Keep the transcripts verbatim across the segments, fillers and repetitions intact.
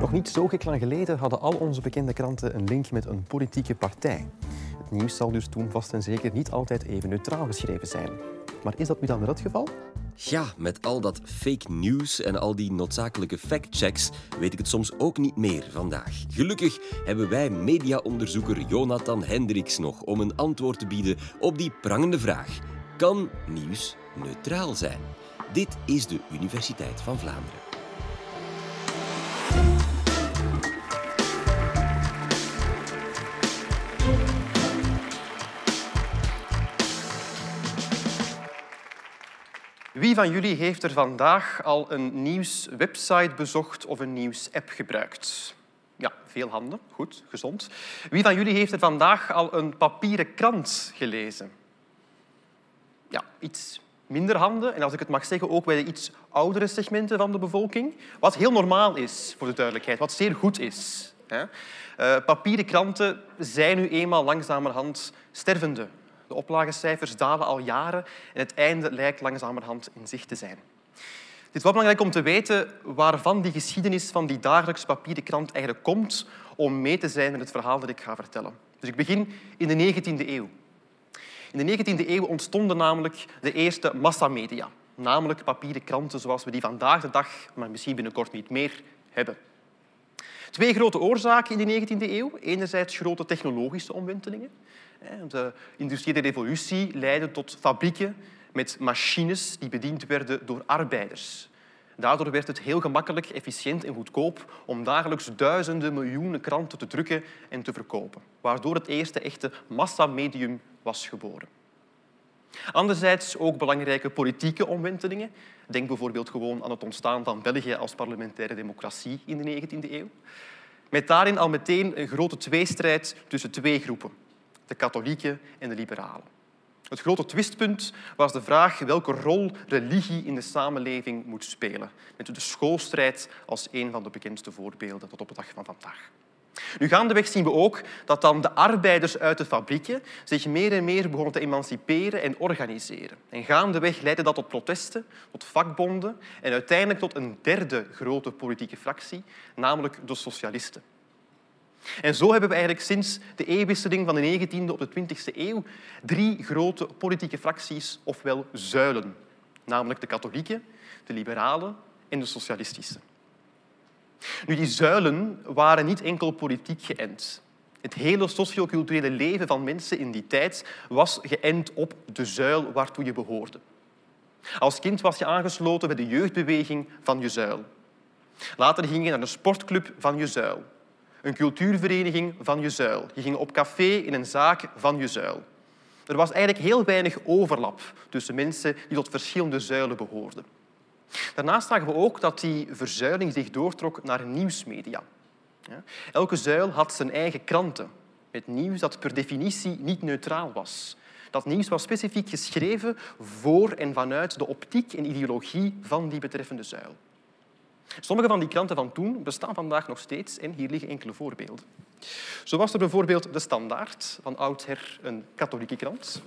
Nog niet zo gek lang geleden hadden al onze bekende kranten een link met een politieke partij. Het nieuws zal dus toen vast en zeker niet altijd even neutraal geschreven zijn. Maar is dat nu dan wel het geval? Ja, met al dat fake news en al die noodzakelijke factchecks weet ik het soms ook niet meer vandaag. Gelukkig hebben wij mediaonderzoeker Jonathan Hendricks nog om een antwoord te bieden op die prangende vraag. Kan nieuws neutraal zijn? Dit is de Universiteit van Vlaanderen. Wie van jullie heeft er vandaag al een nieuwswebsite bezocht of een nieuwsapp gebruikt? Ja, veel handen. Goed, gezond. Wie van jullie heeft er vandaag al een papieren krant gelezen? Ja, iets minder handen. En als ik het mag zeggen, ook bij de iets oudere segmenten van de bevolking. Wat heel normaal is, voor de duidelijkheid. Wat zeer goed is. Uh, papieren kranten zijn nu eenmaal langzamerhand stervende. De oplagecijfers dalen al jaren en het einde lijkt langzamerhand in zicht te zijn. Het is wel belangrijk om te weten waarvan die geschiedenis van die dagelijks papieren krant eigenlijk komt om mee te zijn met het verhaal dat ik ga vertellen. Dus ik begin in de negentiende eeuw. In de negentiende eeuw ontstonden namelijk de eerste massamedia, namelijk papieren kranten zoals we die vandaag de dag, maar misschien binnenkort niet meer, hebben. Twee grote oorzaken in de negentiende eeuw. Enerzijds grote technologische omwentelingen. De industriële revolutie leidde tot fabrieken met machines die bediend werden door arbeiders. Daardoor werd het heel gemakkelijk, efficiënt en goedkoop om dagelijks duizenden, miljoenen kranten te drukken en te verkopen, waardoor het eerste echte massamedium was geboren. Anderzijds ook belangrijke politieke omwentelingen. Denk bijvoorbeeld gewoon aan het ontstaan van België als parlementaire democratie in de negentiende eeuw. Met daarin al meteen een grote tweestrijd tussen twee groepen. De katholieken en de liberalen. Het grote twistpunt was de vraag welke rol religie in de samenleving moet spelen, met de schoolstrijd als een van de bekendste voorbeelden tot op de dag van vandaag. Nu, gaandeweg zien we ook dat dan de arbeiders uit de fabrieken zich meer en meer begonnen te emanciperen en organiseren. En gaandeweg leidde dat tot protesten, tot vakbonden en uiteindelijk tot een derde grote politieke fractie, namelijk de socialisten. En zo hebben we eigenlijk sinds de eeuwwisseling van de negentiende op de twintigste eeuw drie grote politieke fracties, ofwel zuilen. Namelijk de katholieken, de liberalen en de socialistische. Nu, die zuilen waren niet enkel politiek geënt. Het hele socioculturele leven van mensen in die tijd was geënt op de zuil waartoe je behoorde. Als kind was je aangesloten bij de jeugdbeweging van je zuil. Later ging je naar de sportclub van je zuil. Een cultuurvereniging van je zuil. Je ging op café in een zaak van je zuil. Er was eigenlijk heel weinig overlap tussen mensen die tot verschillende zuilen behoorden. Daarnaast zagen we ook dat die verzuiling zich doortrok naar nieuwsmedia. Elke zuil had zijn eigen kranten, met nieuws dat per definitie niet neutraal was. Dat nieuws was specifiek geschreven voor en vanuit de optiek en ideologie van die betreffende zuil. Sommige van die kranten van toen bestaan vandaag nog steeds en hier liggen enkele voorbeelden. Zo was er bijvoorbeeld De Standaard, van oudsher een katholieke krant.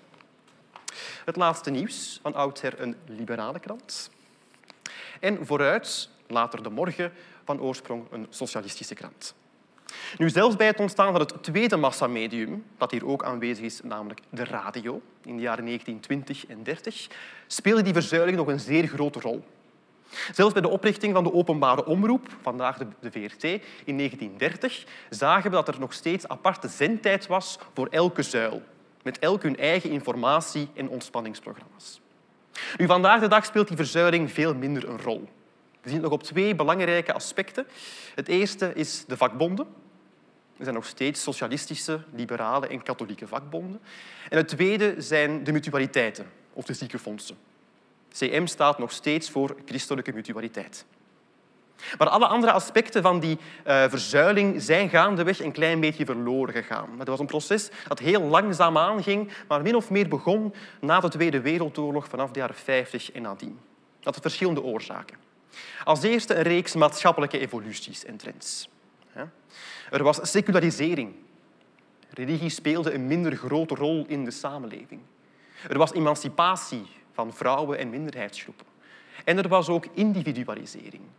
Het Laatste Nieuws, van oudsher een liberale krant. En Vooruit, later De Morgen, van oorsprong een socialistische krant. Nu, zelfs bij het ontstaan van het tweede massamedium, dat hier ook aanwezig is, namelijk de radio, in de jaren negentien twintig en dertig, speelde die verzuiling nog een zeer grote rol. Zelfs bij de oprichting van de openbare omroep, vandaag de V R T, in negentien dertig, zagen we dat er nog steeds aparte zendtijd was voor elke zuil, met elk hun eigen informatie- en ontspanningsprogramma's. Nu, vandaag de dag speelt die verzuiling veel minder een rol. We zien het nog op twee belangrijke aspecten. Het eerste is de vakbonden. Er zijn nog steeds socialistische, liberale en katholieke vakbonden. En het tweede zijn de mutualiteiten, of de ziekenfondsen. C M staat nog steeds voor christelijke mutualiteit. Maar alle andere aspecten van die uh, verzuiling zijn gaandeweg een klein beetje verloren gegaan. Het was een proces dat heel langzaam aanging, maar min of meer begon na de Tweede Wereldoorlog vanaf de jaren vijftig en nadien. Dat had verschillende oorzaken. Als eerste een reeks maatschappelijke evoluties en trends. Er was secularisering. Religie speelde een minder grote rol in de samenleving. Er was emancipatie van vrouwen en minderheidsgroepen. En er was ook individualisering.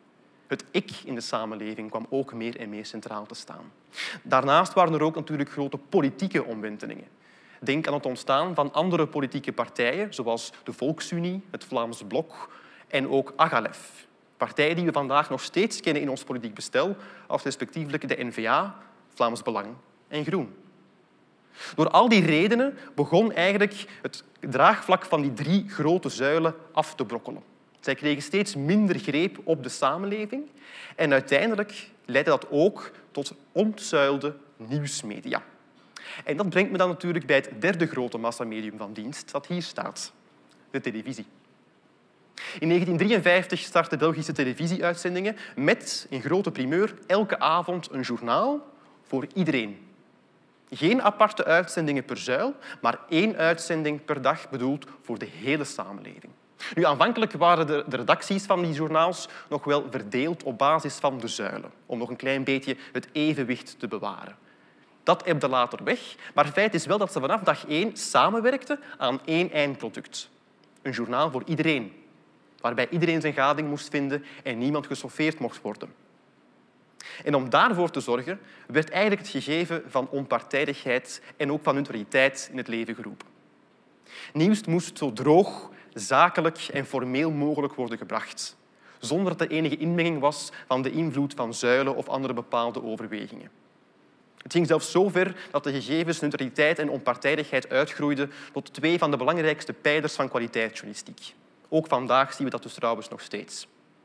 Het ik in de samenleving kwam ook meer en meer centraal te staan. Daarnaast waren er ook natuurlijk grote politieke omwentelingen. Denk aan het ontstaan van andere politieke partijen, zoals de Volksunie, het Vlaams Blok en ook Agalef. Partijen die we vandaag nog steeds kennen in ons politiek bestel als respectievelijk de N V A, Vlaams Belang en Groen. Door al die redenen begon eigenlijk het draagvlak van die drie grote zuilen af te brokkelen. Zij kregen steeds minder greep op de samenleving en uiteindelijk leidde dat ook tot ontzuilde nieuwsmedia. En dat brengt me dan natuurlijk bij het derde grote massamedium van dienst dat hier staat, de televisie. In negentien drieënvijftig startten Belgische televisieuitzendingen met, in grote primeur, elke avond een journaal voor iedereen. Geen aparte uitzendingen per zuil, maar één uitzending per dag bedoeld voor de hele samenleving. Nu, aanvankelijk waren de, de redacties van die journaals nog wel verdeeld op basis van de zuilen, om nog een klein beetje het evenwicht te bewaren. Dat ebde later weg, maar feit is wel dat ze vanaf dag één samenwerkten aan één eindproduct. Een journaal voor iedereen, waarbij iedereen zijn gading moest vinden en niemand geschoffeerd mocht worden. En om daarvoor te zorgen, werd eigenlijk het gegeven van onpartijdigheid en ook van neutraliteit in het leven geroepen. Nieuws moest zo droog, zakelijk en formeel mogelijk worden gebracht, zonder dat er enige inmenging was van de invloed van zuilen of andere bepaalde overwegingen. Het ging zelfs zo ver dat de gegevens neutraliteit en onpartijdigheid uitgroeiden tot twee van de belangrijkste pijlers van kwaliteitsjournalistiek. Ook vandaag zien we dat dus trouwens nog steeds.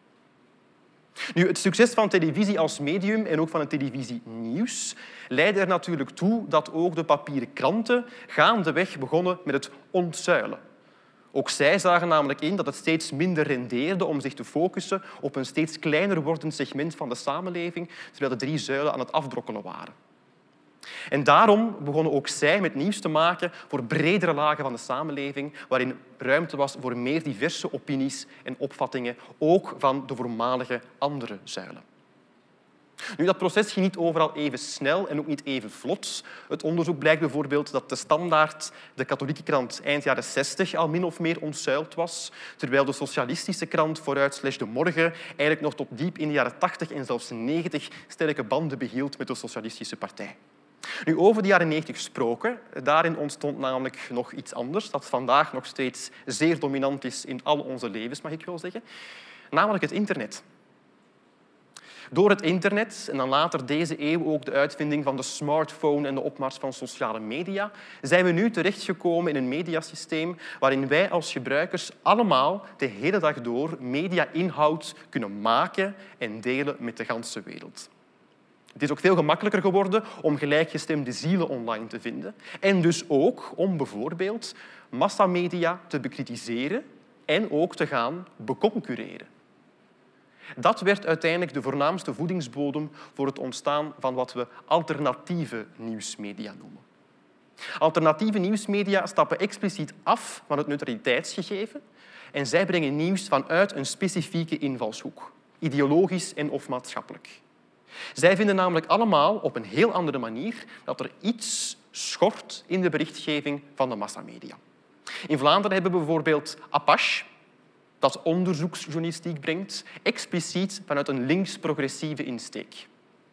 Nu, het succes van televisie als medium en ook van het televisienieuws leidde er natuurlijk toe dat ook de papieren kranten gaandeweg begonnen met het ontzuilen. Ook zij zagen namelijk in dat het steeds minder rendeerde om zich te focussen op een steeds kleiner wordend segment van de samenleving, terwijl de drie zuilen aan het afbrokkelen waren. En daarom begonnen ook zij met nieuws te maken voor bredere lagen van de samenleving, waarin ruimte was voor meer diverse opinies en opvattingen, ook van de voormalige andere zuilen. Nu, dat proces ging niet overal even snel en ook niet even vlot. Het onderzoek blijkt bijvoorbeeld dat de Standaard, de katholieke krant, eind jaren zestig al min of meer ontzuild was, terwijl de socialistische krant Vooruit slash De Morgen eigenlijk nog tot diep in de jaren tachtig en zelfs negentig sterke banden behield met de Socialistische Partij. Nu, over de jaren negentig gesproken, daarin ontstond namelijk nog iets anders, dat vandaag nog steeds zeer dominant is in al onze levens, mag ik wel zeggen, namelijk het internet. Door het internet, en dan later deze eeuw ook de uitvinding van de smartphone en de opmars van sociale media, zijn we nu terechtgekomen in een mediasysteem waarin wij als gebruikers allemaal de hele dag door media-inhoud kunnen maken en delen met de ganse wereld. Het is ook veel gemakkelijker geworden om gelijkgestemde zielen online te vinden en dus ook om bijvoorbeeld massamedia te bekritiseren en ook te gaan beconcurreren. Dat werd uiteindelijk de voornaamste voedingsbodem voor het ontstaan van wat we alternatieve nieuwsmedia noemen. Alternatieve nieuwsmedia stappen expliciet af van het neutraliteitsgegeven en zij brengen nieuws vanuit een specifieke invalshoek, ideologisch en of maatschappelijk. Zij vinden namelijk allemaal op een heel andere manier dat er iets schort in de berichtgeving van de massamedia. In Vlaanderen hebben we bijvoorbeeld Apache, dat onderzoeksjournalistiek brengt, expliciet vanuit een links-progressieve insteek.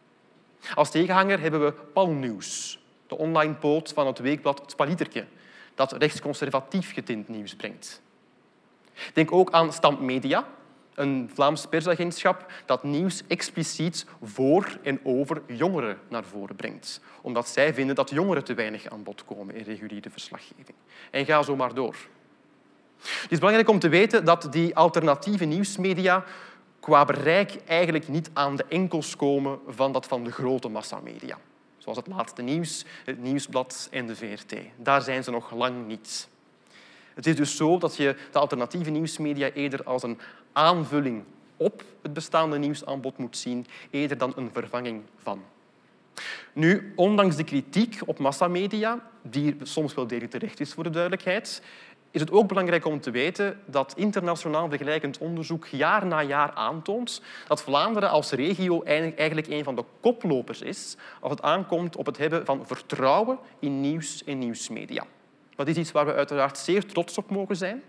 Als tegenhanger hebben we Palnieuws, de online poot van het weekblad Het Spalieterke, dat rechtsconservatief getint nieuws brengt. Denk ook aan Stand Media, een Vlaams persagentschap dat nieuws expliciet voor en over jongeren naar voren brengt, omdat zij vinden dat jongeren te weinig aan bod komen in reguliere verslaggeving. En ga zo maar door. Het is belangrijk om te weten dat die alternatieve nieuwsmedia qua bereik eigenlijk niet aan de enkels komen van dat van de grote massamedia. Zoals het Laatste Nieuws, het Nieuwsblad en de V R T. Daar zijn ze nog lang niet. Het is dus zo dat je de alternatieve nieuwsmedia eerder als een aanvulling op het bestaande nieuwsaanbod moet zien, eerder dan een vervanging van. Nu, ondanks de kritiek op massamedia, die soms wel degelijk terecht is voor de duidelijkheid, is het ook belangrijk om te weten dat internationaal vergelijkend onderzoek jaar na jaar aantoont dat Vlaanderen als regio eigenlijk een van de koplopers is als het aankomt op het hebben van vertrouwen in nieuws en nieuwsmedia. Dat is iets waar we uiteraard zeer trots op mogen zijn.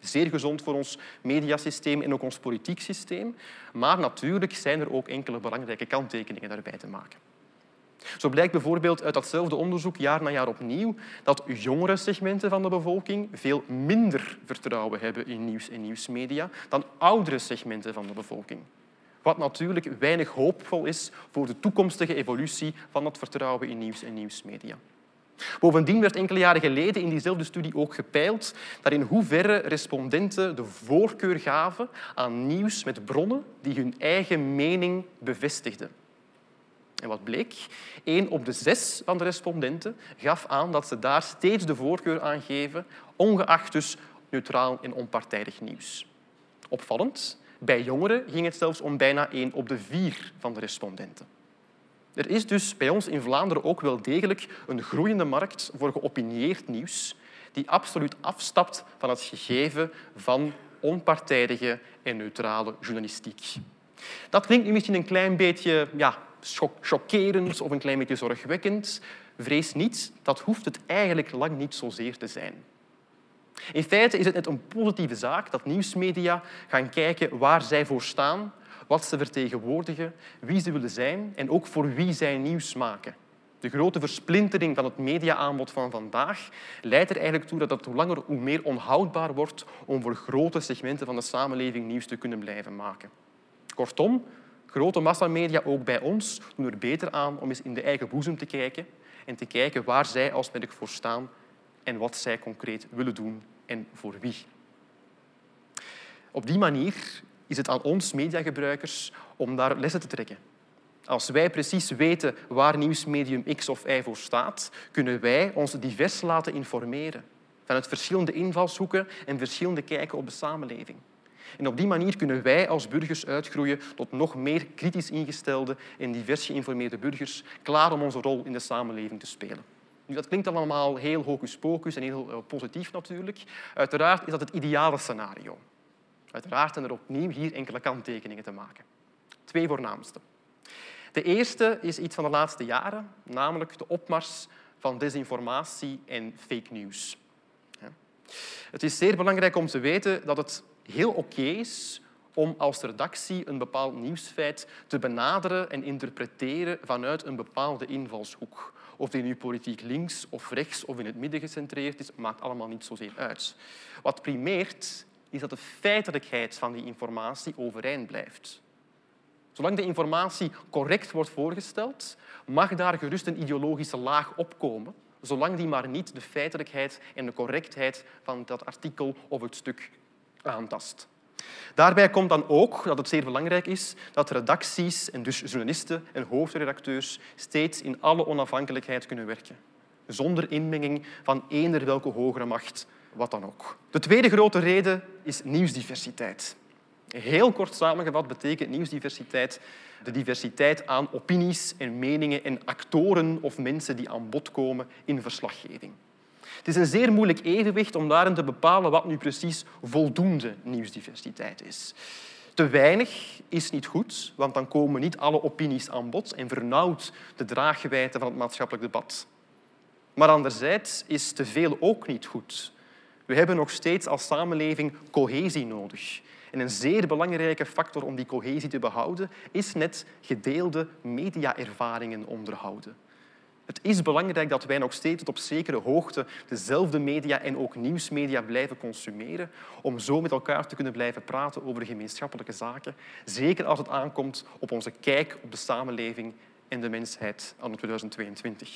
Zeer gezond voor ons mediasysteem en ook ons politiek systeem. Maar natuurlijk zijn er ook enkele belangrijke kanttekeningen daarbij te maken. Zo blijkt bijvoorbeeld uit datzelfde onderzoek jaar na jaar opnieuw dat jongere segmenten van de bevolking veel minder vertrouwen hebben in nieuws en nieuwsmedia dan oudere segmenten van de bevolking. Wat natuurlijk weinig hoopvol is voor de toekomstige evolutie van het vertrouwen in nieuws en nieuwsmedia. Bovendien werd enkele jaren geleden in diezelfde studie ook gepeild naar in hoeverre respondenten de voorkeur gaven aan nieuws met bronnen die hun eigen mening bevestigden. En wat bleek? Eén op de zes van de respondenten gaf aan dat ze daar steeds de voorkeur aan geven, ongeacht dus neutraal en onpartijdig nieuws. Opvallend, bij jongeren ging het zelfs om bijna één op de vier van de respondenten. Er is dus bij ons in Vlaanderen ook wel degelijk een groeiende markt voor geopinieerd nieuws die absoluut afstapt van het gegeven van onpartijdige en neutrale journalistiek. Dat klinkt nu misschien een klein beetje ja, chockerend of een klein beetje zorgwekkend. Vrees niet, dat hoeft het eigenlijk lang niet zozeer te zijn. In feite is het net een positieve zaak dat nieuwsmedia gaan kijken waar zij voor staan, wat ze vertegenwoordigen, wie ze willen zijn en ook voor wie zij nieuws maken. De grote versplintering van het mediaaanbod van vandaag leidt er eigenlijk toe dat het hoe langer hoe meer onhoudbaar wordt om voor grote segmenten van de samenleving nieuws te kunnen blijven maken. Kortom, grote massamedia, ook bij ons, doen er beter aan om eens in de eigen boezem te kijken en te kijken waar zij als merk voor staan en wat zij concreet willen doen en voor wie. Op die manier is het aan ons mediagebruikers om daar lessen te trekken. Als wij precies weten waar nieuwsmedium X of Y voor staat, kunnen wij ons divers laten informeren vanuit verschillende invalshoeken en verschillende kijken op de samenleving. En op die manier kunnen wij als burgers uitgroeien tot nog meer kritisch ingestelde en divers geïnformeerde burgers, klaar om onze rol in de samenleving te spelen. Nu, dat klinkt allemaal heel hocus pocus en heel positief natuurlijk. Uiteraard is dat het ideale scenario. Uiteraard zijn er opnieuw hier enkele kanttekeningen te maken. Twee voornaamste. De eerste is iets van de laatste jaren, namelijk de opmars van desinformatie en fake news. Het is zeer belangrijk om te weten dat het heel oké is om als redactie een bepaald nieuwsfeit te benaderen en interpreteren vanuit een bepaalde invalshoek. Of die nu politiek links of rechts of in het midden gecentreerd is, maakt allemaal niet zozeer uit. Wat primeert, is dat de feitelijkheid van die informatie overeind blijft. Zolang de informatie correct wordt voorgesteld, mag daar gerust een ideologische laag opkomen, zolang die maar niet de feitelijkheid en de correctheid van dat artikel of het stuk aantast. Daarbij komt dan ook dat het zeer belangrijk is dat redacties en dus journalisten en hoofdredacteurs steeds in alle onafhankelijkheid kunnen werken, zonder inmenging van eender welke hogere macht, wat dan ook. De tweede grote reden is nieuwsdiversiteit. Heel kort samengevat betekent nieuwsdiversiteit de diversiteit aan opinies en meningen en actoren of mensen die aan bod komen in verslaggeving. Het is een zeer moeilijk evenwicht om daarin te bepalen wat nu precies voldoende nieuwsdiversiteit is. Te weinig is niet goed, want dan komen niet alle opinies aan bod en vernauwt de draagwijdte van het maatschappelijk debat. Maar anderzijds is te veel ook niet goed. We hebben nog steeds als samenleving cohesie nodig. En een zeer belangrijke factor om die cohesie te behouden is net gedeelde mediaervaringen onderhouden. Het is belangrijk dat wij nog steeds tot op zekere hoogte dezelfde media en ook nieuwsmedia blijven consumeren, om zo met elkaar te kunnen blijven praten over gemeenschappelijke zaken, zeker als het aankomt op onze kijk op de samenleving en de mensheid anno tweeduizend tweeëntwintig.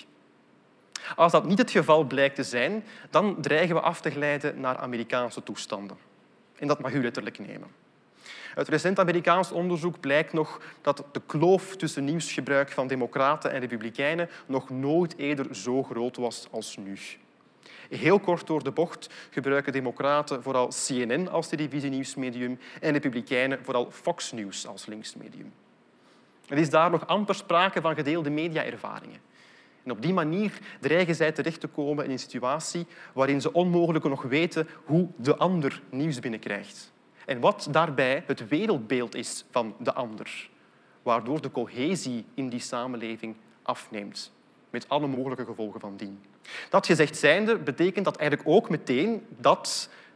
Als dat niet het geval blijkt te zijn, dan dreigen we af te glijden naar Amerikaanse toestanden. En dat mag u letterlijk nemen. Uit recent Amerikaans onderzoek blijkt nog dat de kloof tussen nieuwsgebruik van democraten en republikeinen nog nooit eerder zo groot was als nu. Heel kort door de bocht gebruiken democraten vooral C N N als televisienieuwsmedium en republikeinen vooral Fox News als linksmedium. Er is daar nog amper sprake van gedeelde mediaervaringen. En op die manier dreigen zij terecht te komen in een situatie waarin ze onmogelijk nog weten hoe de ander nieuws binnenkrijgt. En wat daarbij het wereldbeeld is van de ander, waardoor de cohesie in die samenleving afneemt, met alle mogelijke gevolgen van dien. Dat gezegd zijnde betekent dat eigenlijk ook meteen dat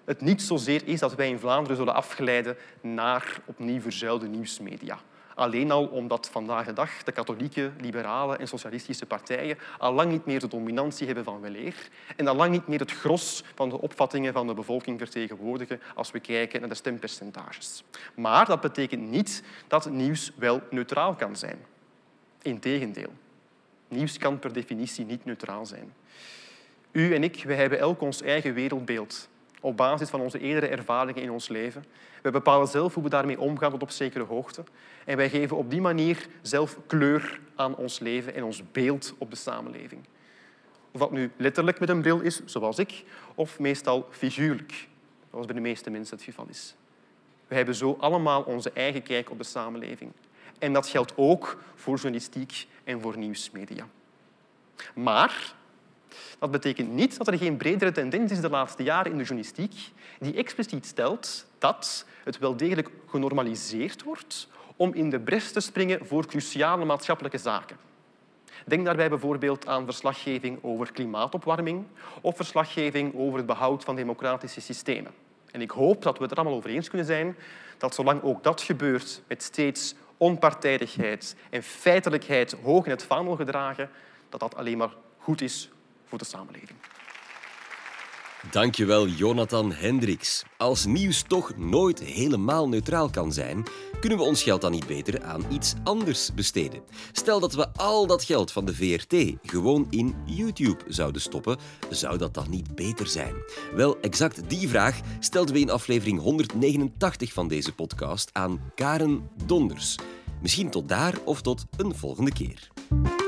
het niet zozeer is dat wij in Vlaanderen zullen afglijden naar opnieuw verzuilde nieuwsmedia. Alleen al omdat vandaag de dag de katholieke, liberale en socialistische partijen al lang niet meer de dominantie hebben van weleer en al lang niet meer het gros van de opvattingen van de bevolking vertegenwoordigen als we kijken naar de stempercentages. Maar dat betekent niet dat nieuws wel neutraal kan zijn. Integendeel. Nieuws kan per definitie niet neutraal zijn. U en ik, wij hebben elk ons eigen wereldbeeld op basis van onze eerdere ervaringen in ons leven. We bepalen zelf hoe we daarmee omgaan tot op zekere hoogte. En wij geven op die manier zelf kleur aan ons leven en ons beeld op de samenleving. Of dat nu letterlijk met een bril is, zoals ik, of meestal figuurlijk, zoals bij de meeste mensen het geval is. We hebben zo allemaal onze eigen kijk op de samenleving. En dat geldt ook voor journalistiek en voor nieuwsmedia. Maar dat betekent niet dat er geen bredere tendens is de laatste jaren in de journalistiek die expliciet stelt dat het wel degelijk genormaliseerd wordt om in de bres te springen voor cruciale maatschappelijke zaken. Denk daarbij bijvoorbeeld aan verslaggeving over klimaatopwarming of verslaggeving over het behoud van democratische systemen. En ik hoop dat we het er allemaal over eens kunnen zijn dat zolang ook dat gebeurt met steeds onpartijdigheid en feitelijkheid hoog in het vaandel gedragen, dat dat alleen maar goed is voor de samenleving. Dankjewel, Jonathan Hendricks. Als nieuws toch nooit helemaal neutraal kan zijn, kunnen we ons geld dan niet beter aan iets anders besteden? Stel dat we al dat geld van de V R T gewoon in YouTube zouden stoppen, zou dat dan niet beter zijn? Wel, exact die vraag stelden we in aflevering honderdnegenentachtig van deze podcast aan Karen Donders. Misschien tot daar of tot een volgende keer.